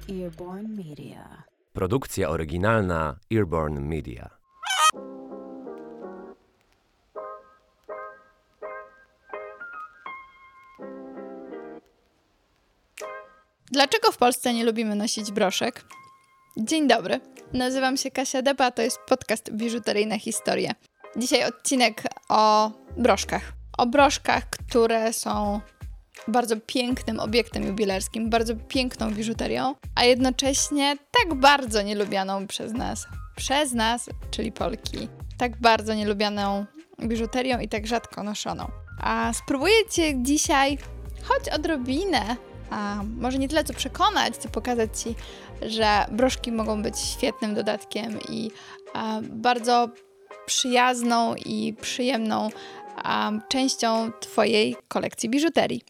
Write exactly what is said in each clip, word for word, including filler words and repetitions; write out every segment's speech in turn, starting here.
Earborn Media. Produkcja oryginalna Earborn Media. Dlaczego w Polsce nie lubimy nosić broszek? Dzień dobry, nazywam się Kasia Depa, to jest podcast Biżuteryjne Historie. Dzisiaj odcinek o broszkach. O broszkach, które są bardzo pięknym obiektem jubilerskim, bardzo piękną biżuterią, a jednocześnie tak bardzo nielubianą przez nas, przez nas, czyli Polki, tak bardzo nielubianą biżuterią i tak rzadko noszoną. A spróbuję Cię dzisiaj, choć odrobinę, a może nie tyle co przekonać, co pokazać Ci, że broszki mogą być świetnym dodatkiem i a, bardzo przyjazną i przyjemną a, częścią Twojej kolekcji biżuterii.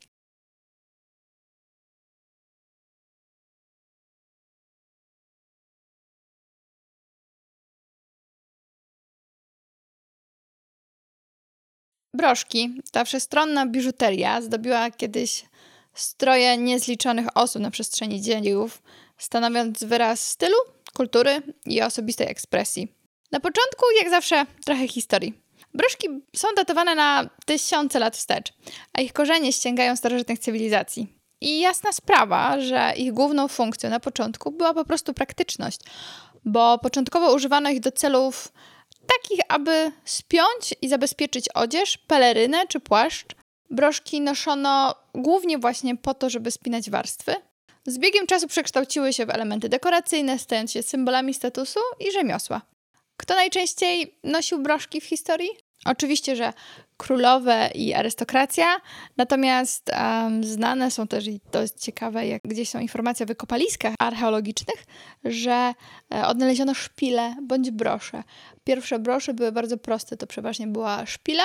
Broszki, ta wszechstronna biżuteria zdobiła kiedyś stroje niezliczonych osób na przestrzeni dziejów, stanowiąc wyraz stylu, kultury i osobistej ekspresji. Na początku, jak zawsze, trochę historii. Broszki są datowane na tysiące lat wstecz, a ich korzenie sięgają starożytnych cywilizacji. I jasna sprawa, że ich główną funkcją na początku była po prostu praktyczność, bo początkowo używano ich do celów takich, aby spiąć i zabezpieczyć odzież, pelerynę czy płaszcz. Broszki noszono głównie właśnie po to, żeby spinać warstwy. Z biegiem czasu przekształciły się w elementy dekoracyjne, stając się symbolami statusu i rzemiosła. Kto najczęściej nosił broszki w historii? Oczywiście, że królowe i arystokracja, natomiast um, znane są też, i to jest ciekawe, jak gdzieś są informacje o wykopaliskach archeologicznych, że e, odnaleziono szpile bądź brosze. Pierwsze brosze były bardzo proste, to przeważnie była szpila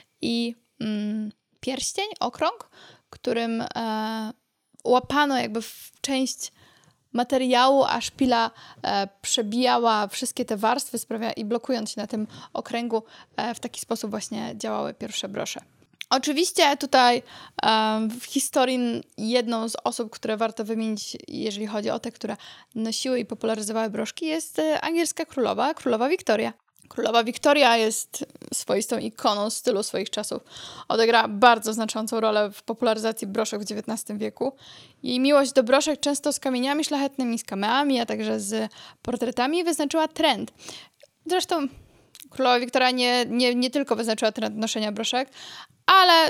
i mm, pierścień, okrąg, którym e, łapano jakby w część materiału, a szpila e, przebijała wszystkie te warstwy sprawia, i blokując się na tym okręgu, e, w taki sposób właśnie działały pierwsze brosze. Oczywiście tutaj e, w historii jedną z osób, które warto wymienić, jeżeli chodzi o te, które nosiły i popularyzowały broszki, jest e, angielska królowa, królowa Wiktoria. Królowa Wiktoria jest swoistą ikoną stylu swoich czasów. Odegrała bardzo znaczącą rolę w popularyzacji broszek w dziewiętnastym wieku. Jej miłość do broszek, często z kamieniami szlachetnymi, z kameami, a także z portretami, wyznaczyła trend. Zresztą królowa Wiktoria nie, nie, nie tylko wyznaczyła trend noszenia broszek, ale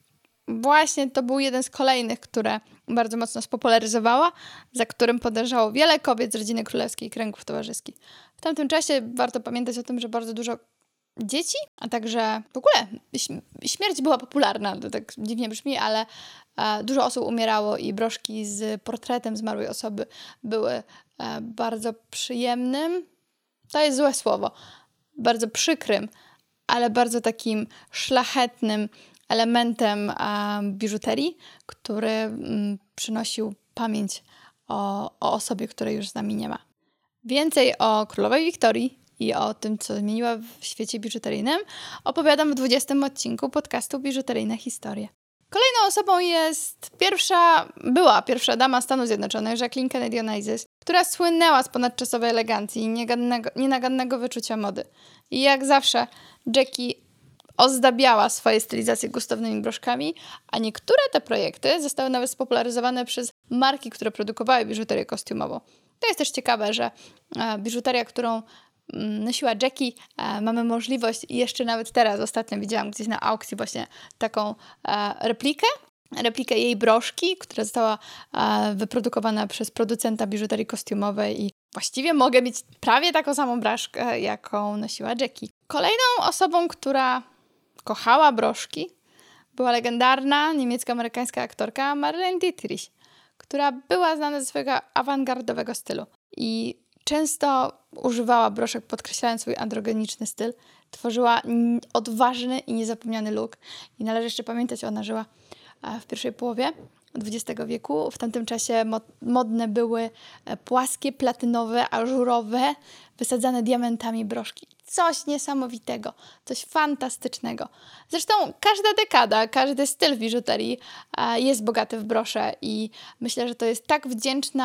właśnie to był jeden z kolejnych, które bardzo mocno spopularyzowała, za którym podążało wiele kobiet z rodziny królewskiej i kręgów towarzyskich. W tamtym czasie warto pamiętać o tym, że bardzo dużo dzieci, a także w ogóle śmierć była popularna, to tak dziwnie brzmi, ale e, dużo osób umierało i broszki z portretem zmarłej osoby były e, bardzo przyjemnym, to jest złe słowo, bardzo przykrym, ale bardzo takim szlachetnym elementem a, biżuterii, który m, przynosił pamięć o, o osobie, której już z nami nie ma. Więcej o królowej Wiktorii i o tym, co zmieniła w świecie biżuteryjnym, opowiadam w dwudziestym odcinku podcastu Biżuteryjne Historie. Kolejną osobą jest pierwsza, była pierwsza dama Stanów Zjednoczonych, Jacqueline Kennedy Onassis, która słynęła z ponadczasowej elegancji i nienagannego, nienagannego wyczucia mody. I jak zawsze Jackie ozdabiała swoje stylizacje gustownymi broszkami, a niektóre te projekty zostały nawet spopularyzowane przez marki, które produkowały biżuterię kostiumową. To jest też ciekawe, że e, biżuteria, którą mm, nosiła Jackie, e, mamy możliwość, i jeszcze nawet teraz ostatnio widziałam gdzieś na aukcji właśnie taką e, replikę, replikę jej broszki, która została e, wyprodukowana przez producenta biżuterii kostiumowej i właściwie mogę mieć prawie taką samą broszkę, jaką nosiła Jackie. Kolejną osobą, która kochała broszki, była legendarna niemiecko-amerykańska aktorka Marlene Dietrich, która była znana ze swojego awangardowego stylu i często używała broszek, podkreślając swój androgeniczny styl. Tworzyła odważny i niezapomniany look i należy jeszcze pamiętać, ona żyła w pierwszej połowie dwudziestego wieku. W tamtym czasie modne były płaskie, platynowe, ażurowe, wysadzane diamentami broszki. Coś niesamowitego, coś fantastycznego. Zresztą każda dekada, każdy styl w biżuterii jest bogaty w brosze i myślę, że to jest tak wdzięczna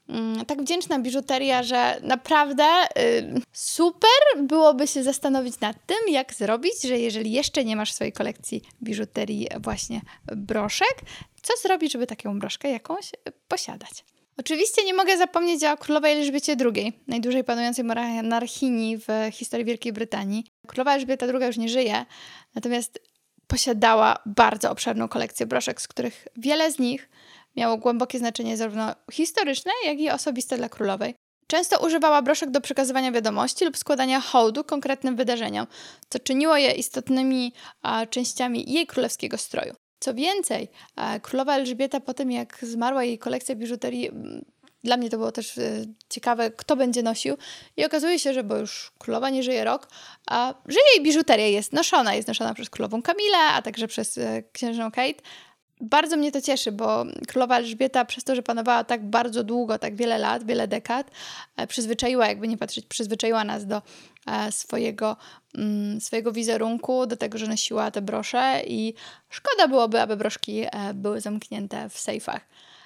mm, tak wdzięczna biżuteria, że naprawdę y, super byłoby się zastanowić nad tym, jak zrobić, że jeżeli jeszcze nie masz w swojej kolekcji biżuterii właśnie broszek, co zrobić, żeby taką broszkę jakąś posiadać. Oczywiście nie mogę zapomnieć o królowej Elżbiecie drugiej, najdłużej panującej monarchini w historii Wielkiej Brytanii. Królowa Elżbieta druga już nie żyje, natomiast posiadała bardzo obszerną kolekcję broszek, z których wiele z nich miało głębokie znaczenie zarówno historyczne, jak i osobiste dla królowej. Często używała broszek do przekazywania wiadomości lub składania hołdu konkretnym wydarzeniom, co czyniło je istotnymi a, częściami jej królewskiego stroju. Co więcej, królowa Elżbieta po tym, jak zmarła jej kolekcja biżuterii, dla mnie to było też ciekawe, kto będzie nosił. I okazuje się, że bo już królowa nie żyje rok, a że jej biżuteria jest noszona. Jest noszona przez królową Kamilę, a także przez księżną Kate. Bardzo mnie to cieszy, bo królowa Elżbieta przez to, że panowała tak bardzo długo, tak wiele lat, wiele dekad, przyzwyczaiła, jakby nie patrzeć, przyzwyczaiła nas do swojego, swojego wizerunku, do tego, że nosiła te brosze i szkoda byłoby, aby broszki były zamknięte w sejfach.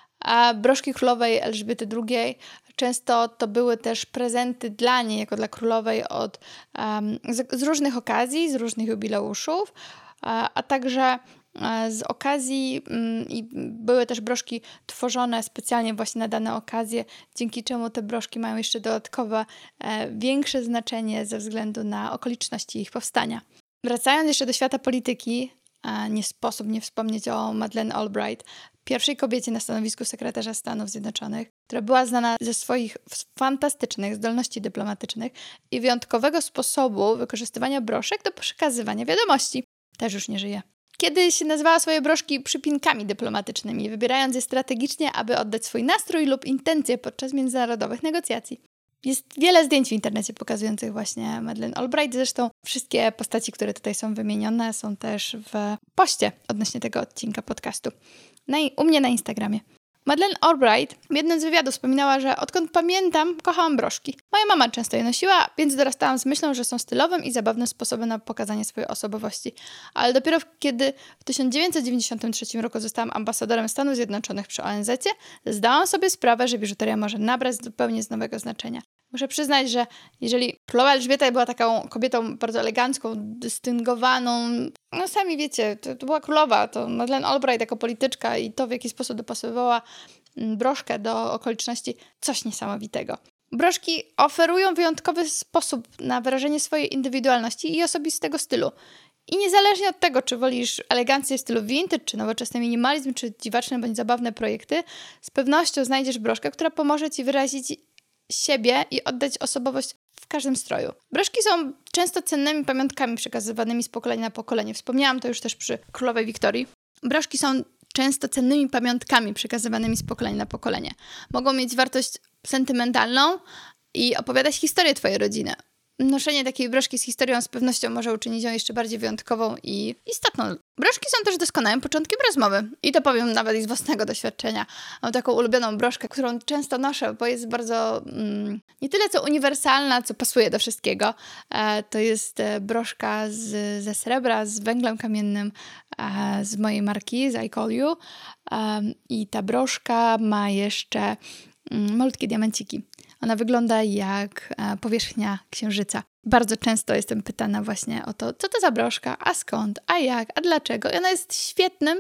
A broszki królowej Elżbiety drugiej często to były też prezenty dla niej, jako dla królowej od, um, z, z różnych okazji, z różnych jubileuszów, a, a także z okazji um, i były też broszki tworzone specjalnie właśnie na dane okazje, dzięki czemu te broszki mają jeszcze dodatkowe, e, większe znaczenie ze względu na okoliczności ich powstania. Wracając jeszcze do świata polityki, a nie sposób nie wspomnieć o Madeleine Albright, pierwszej kobiecie na stanowisku sekretarza Stanów Zjednoczonych, która była znana ze swoich fantastycznych zdolności dyplomatycznych i wyjątkowego sposobu wykorzystywania broszek do przekazywania wiadomości. Też już nie żyje. Kiedyś nazwała swoje broszki przypinkami dyplomatycznymi, wybierając je strategicznie, aby oddać swój nastrój lub intencje podczas międzynarodowych negocjacji. Jest wiele zdjęć w internecie pokazujących właśnie Madeleine Albright. Zresztą wszystkie postaci, które tutaj są wymienione, są też w poście odnośnie tego odcinka podcastu. Na, u mnie na Instagramie. Madeleine Albright w jednym z wywiadów wspominała, że odkąd pamiętam, kochałam broszki. Moja mama często je nosiła, więc dorastałam z myślą, że są stylowym i zabawnym sposobem na pokazanie swojej osobowości. Ale dopiero kiedy w tysiąc dziewięćset dziewięćdziesiątym trzecim roku zostałam ambasadorem Stanów Zjednoczonych przy O N Z-cie, zdałam sobie sprawę, że biżuteria może nabrać zupełnie z nowego znaczenia. Muszę przyznać, że jeżeli królowa Elżbieta była taką kobietą bardzo elegancką, dystyngowaną, no sami wiecie, to, to była królowa, to Madeleine Albright jako polityczka i to, w jaki sposób dopasowywała broszkę do okoliczności, coś niesamowitego. Broszki oferują wyjątkowy sposób na wyrażenie swojej indywidualności i osobistego stylu. I niezależnie od tego, czy wolisz elegancję w stylu vintage, czy nowoczesny minimalizm, czy dziwaczne bądź zabawne projekty, z pewnością znajdziesz broszkę, która pomoże ci wyrazić siebie i oddać osobowość w każdym stroju. Broszki są często cennymi pamiątkami przekazywanymi z pokolenia na pokolenie. Wspomniałam to już też przy królowej Wiktorii. Broszki są często cennymi pamiątkami przekazywanymi z pokolenia na pokolenie. Mogą mieć wartość sentymentalną i opowiadać historię twojej rodziny. Noszenie takiej broszki z historią z pewnością może uczynić ją jeszcze bardziej wyjątkową i istotną. Broszki są też doskonałym początkiem rozmowy. I to powiem nawet z własnego doświadczenia. Mam taką ulubioną broszkę, którą często noszę, bo jest bardzo mm, nie tyle co uniwersalna, co pasuje do wszystkiego. E, to jest e, broszka z, ze srebra, z węglem kamiennym e, z mojej marki, z I Call You. E, I ta broszka ma jeszcze mm, malutkie diamenciki. Ona wygląda jak e, powierzchnia księżyca. Bardzo często jestem pytana właśnie o to, co to za broszka, a skąd, a jak, a dlaczego. I ona jest świetnym,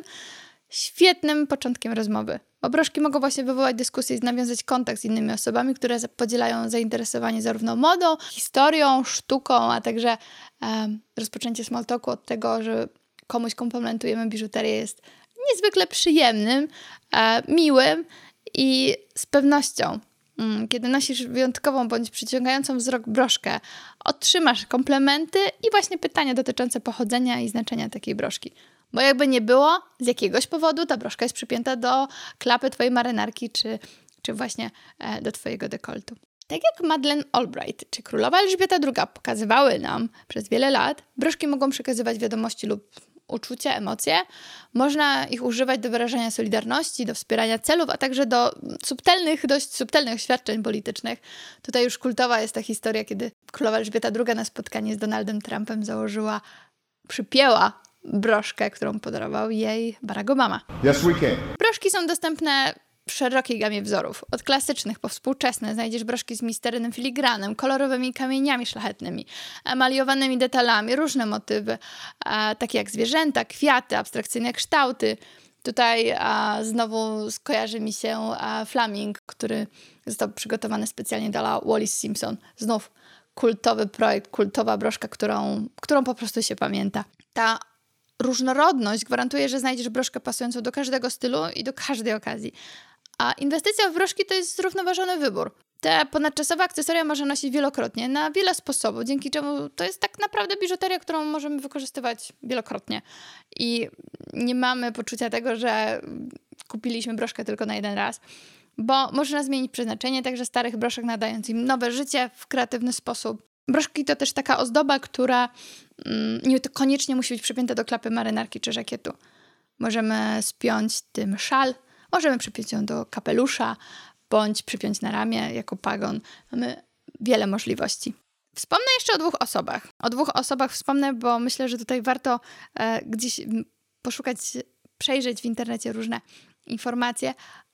świetnym początkiem rozmowy. Bo broszki mogą właśnie wywołać dyskusję i nawiązać kontakt z innymi osobami, które podzielają zainteresowanie zarówno modą, historią, sztuką, a także e, rozpoczęcie small talku od tego, że komuś komplementujemy biżuterię jest niezwykle przyjemnym, e, miłym i z pewnością kiedy nosisz wyjątkową bądź przyciągającą wzrok broszkę, otrzymasz komplementy i właśnie pytania dotyczące pochodzenia i znaczenia takiej broszki. Bo jakby nie było, z jakiegoś powodu ta broszka jest przypięta do klapy twojej marynarki, czy, czy właśnie e, do twojego dekoltu. Tak jak Madeleine Albright czy królowa Elżbieta druga pokazywały nam przez wiele lat, broszki mogą przekazywać wiadomości lub uczucia, emocje. Można ich używać do wyrażania solidarności, do wspierania celów, a także do subtelnych, dość subtelnych oświadczeń politycznych. Tutaj już kultowa jest ta historia, kiedy królowa Elżbieta druga na spotkanie z Donaldem Trumpem założyła, przypięła broszkę, którą podarował jej Barack Obama. Yes, we can. Broszki są dostępne w szerokiej gamie wzorów. Od klasycznych po współczesne znajdziesz broszki z misternym filigranem, kolorowymi kamieniami szlachetnymi, emaliowanymi detalami, różne motywy, a, takie jak zwierzęta, kwiaty, abstrakcyjne kształty. Tutaj a, znowu skojarzy mi się a, flaming, który został przygotowany specjalnie dla Wallis Simpson. Znów kultowy projekt, kultowa broszka, którą, którą po prostu się pamięta. Ta różnorodność gwarantuje, że znajdziesz broszkę pasującą do każdego stylu i do każdej okazji. A inwestycja w broszki to jest zrównoważony wybór. Te ponadczasowe akcesoria można nosić wielokrotnie, na wiele sposobów, dzięki czemu to jest tak naprawdę biżuteria, którą możemy wykorzystywać wielokrotnie. I nie mamy poczucia tego, że kupiliśmy broszkę tylko na jeden raz, bo można zmienić przeznaczenie także starych broszek, nadając im nowe życie w kreatywny sposób. Broszki to też taka ozdoba, która mm, nie to koniecznie musi być przypięta do klapy marynarki czy żakietu. Możemy spiąć tym szal, możemy przypiąć ją do kapelusza, bądź przypiąć na ramię jako pagon. Mamy wiele możliwości. Wspomnę jeszcze o dwóch osobach. O dwóch osobach wspomnę, bo myślę, że tutaj warto e, gdzieś poszukać, przejrzeć w internecie różne informacje,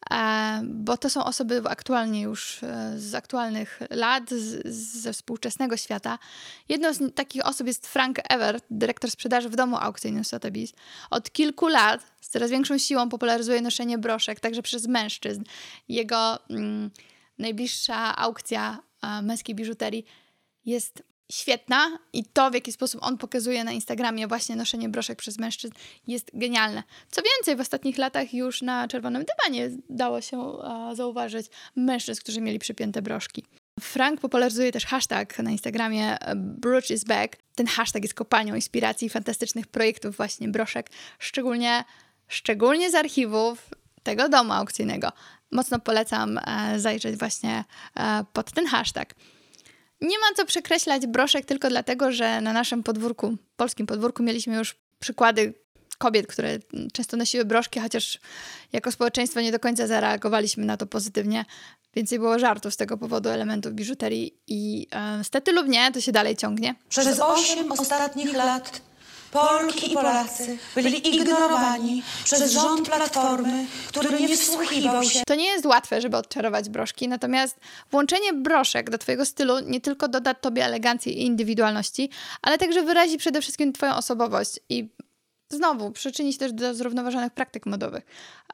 e, bo to są osoby aktualnie już e, z aktualnych lat, z, ze współczesnego świata. Jedną z takich osób jest Frank Evert, dyrektor sprzedaży w domu aukcyjnym Sotheby's. Od kilku lat z coraz większą siłą popularyzuje noszenie broszek, także przez mężczyzn. Jego mm, najbliższa aukcja e, męskiej biżuterii jest świetna i to, w jaki sposób on pokazuje na Instagramie właśnie noszenie broszek przez mężczyzn, jest genialne. Co więcej, w ostatnich latach już na czerwonym dywanie dało się uh, zauważyć mężczyzn, którzy mieli przypięte broszki. Frank popularyzuje też hashtag na Instagramie Brooch is back. Ten hashtag jest kopalnią inspiracji fantastycznych projektów właśnie broszek, szczególnie, szczególnie z archiwów tego domu aukcyjnego. Mocno polecam uh, zajrzeć właśnie uh, pod ten hashtag. Nie ma co przekreślać broszek tylko dlatego, że na naszym podwórku, polskim podwórku mieliśmy już przykłady kobiet, które często nosiły broszki, chociaż jako społeczeństwo nie do końca zareagowaliśmy na to pozytywnie. Więcej było żartów z tego powodu elementów biżuterii i e, niestety lub nie, to się dalej ciągnie. Przez osiem ostatnich lat Polki i Polacy byli ignorowani przez rząd Platformy, który nie wsłuchiwał się. To nie jest łatwe, żeby odczarować broszki, natomiast włączenie broszek do twojego stylu nie tylko doda tobie elegancji i indywidualności, ale także wyrazi przede wszystkim twoją osobowość i znowu przyczyni się też do zrównoważonych praktyk modowych.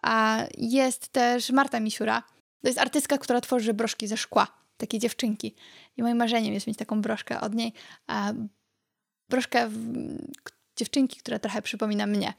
A jest też Marta Misiura. To jest artystka, która tworzy broszki ze szkła, takie dziewczynki. I moim marzeniem jest mieć taką broszkę od niej. A broszkę w dziewczynki, która trochę przypomina mnie.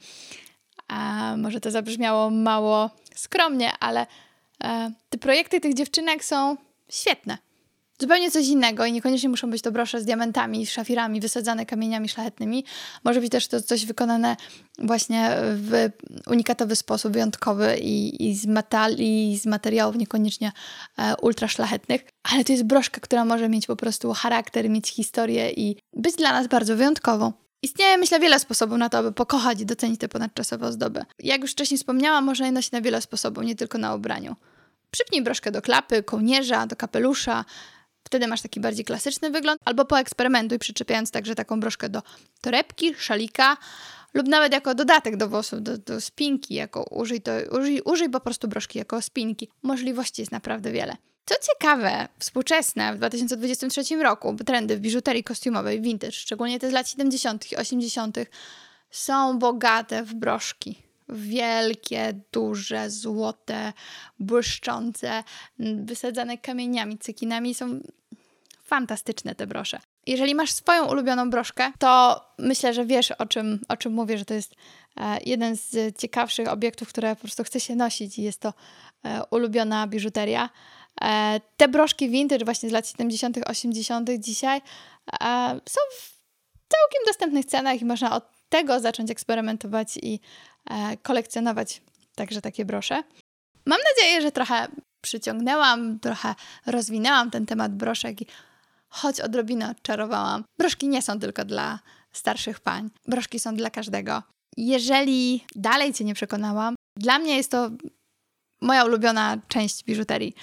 A może to zabrzmiało mało skromnie, ale e, te projekty tych dziewczynek są świetne. Zupełnie coś innego i niekoniecznie muszą być to brosze z diamentami, szafirami, wysadzane kamieniami szlachetnymi. Może być też to coś wykonane właśnie w unikatowy sposób, wyjątkowy i, i, z, metal, i z materiałów niekoniecznie e, ultra szlachetnych. Ale to jest broszka, która może mieć po prostu charakter, mieć historię i być dla nas bardzo wyjątkową. Istnieje, myślę, wiele sposobów na to, aby pokochać i docenić te ponadczasowe ozdoby. Jak już wcześniej wspomniałam, można je nosić na wiele sposobów, nie tylko na ubraniu. Przypnij broszkę do klapy, kołnierza, do kapelusza. Wtedy masz taki bardziej klasyczny wygląd. Albo poeksperymentuj, przyczepiając także taką broszkę do torebki, szalika lub nawet jako dodatek do włosów, do, do spinki. Jako użyj, to, użyj, użyj po prostu broszki jako spinki. Możliwości jest naprawdę wiele. Co ciekawe, współczesne w dwa tysiące dwudziestym trzecim roku trendy w biżuterii kostiumowej vintage, szczególnie te z lat siedemdziesiątych i osiemdziesiątych, są bogate w broszki. Wielkie, duże, złote, błyszczące, wysadzane kamieniami, cekinami. Są fantastyczne te brosze. Jeżeli masz swoją ulubioną broszkę, to myślę, że wiesz, o czym, o czym mówię, że to jest e, jeden z ciekawszych obiektów, które po prostu chce się nosić i jest to e, ulubiona biżuteria. E, te broszki vintage właśnie z lat siedemdziesiątych, osiemdziesiątych dzisiaj e, są w całkiem dostępnych cenach i można od tego zacząć eksperymentować i e, kolekcjonować także takie brosze. Mam nadzieję, że trochę przyciągnęłam, trochę rozwinęłam ten temat broszek i choć odrobinę odczarowałam. Broszki nie są tylko dla starszych pań. Broszki są dla każdego. Jeżeli dalej cię nie przekonałam, dla mnie jest to moja ulubiona część biżuterii,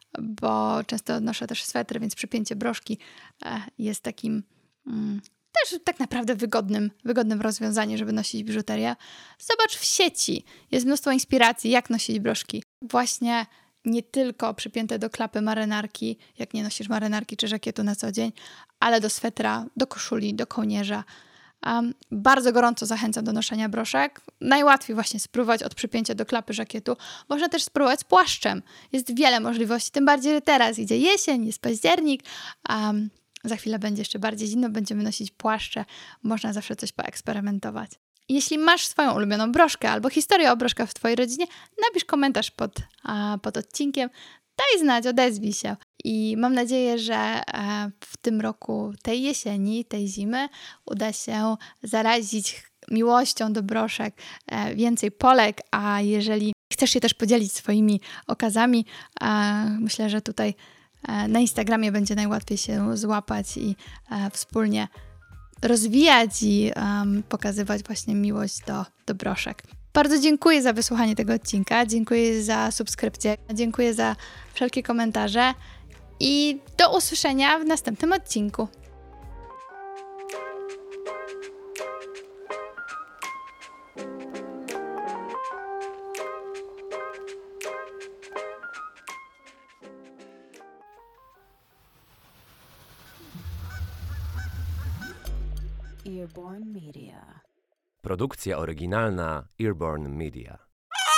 bo często noszę też swetry, więc przypięcie broszki jest takim mm, też tak naprawdę wygodnym, wygodnym rozwiązaniem, żeby nosić biżuterię. Zobacz w sieci. Jest mnóstwo inspiracji, jak nosić broszki. właśnie nie tylko przypięte do klapy marynarki, jak nie nosisz marynarki czy żakietu na co dzień, ale do swetra, do koszuli, do kołnierza. Um, bardzo gorąco zachęcam do noszenia broszek. Najłatwiej właśnie spróbować od przypięcia do klapy żakietu. Można też spróbować z płaszczem. Jest wiele możliwości, tym bardziej, że teraz idzie jesień, jest październik. Um, za chwilę będzie jeszcze bardziej zimno, będziemy nosić płaszcze. Można zawsze coś poeksperymentować. Jeśli masz swoją ulubioną broszkę albo historię o broszkach w twojej rodzinie, napisz komentarz pod, a, pod odcinkiem. Daj znać, odezwij się. I mam nadzieję, że e, w tym roku, tej jesieni, tej zimy uda się zarazić miłością do broszek e, więcej Polek, a jeżeli chcesz się też podzielić swoimi okazami, e, myślę, że tutaj e, na Instagramie będzie najłatwiej się złapać i e, wspólnie rozwijać i um, pokazywać właśnie miłość do, do broszek. Bardzo dziękuję za wysłuchanie tego odcinka, dziękuję za subskrypcję, dziękuję za wszelkie komentarze i do usłyszenia w następnym odcinku. Earborn Media. Produkcja oryginalna Earborn Media.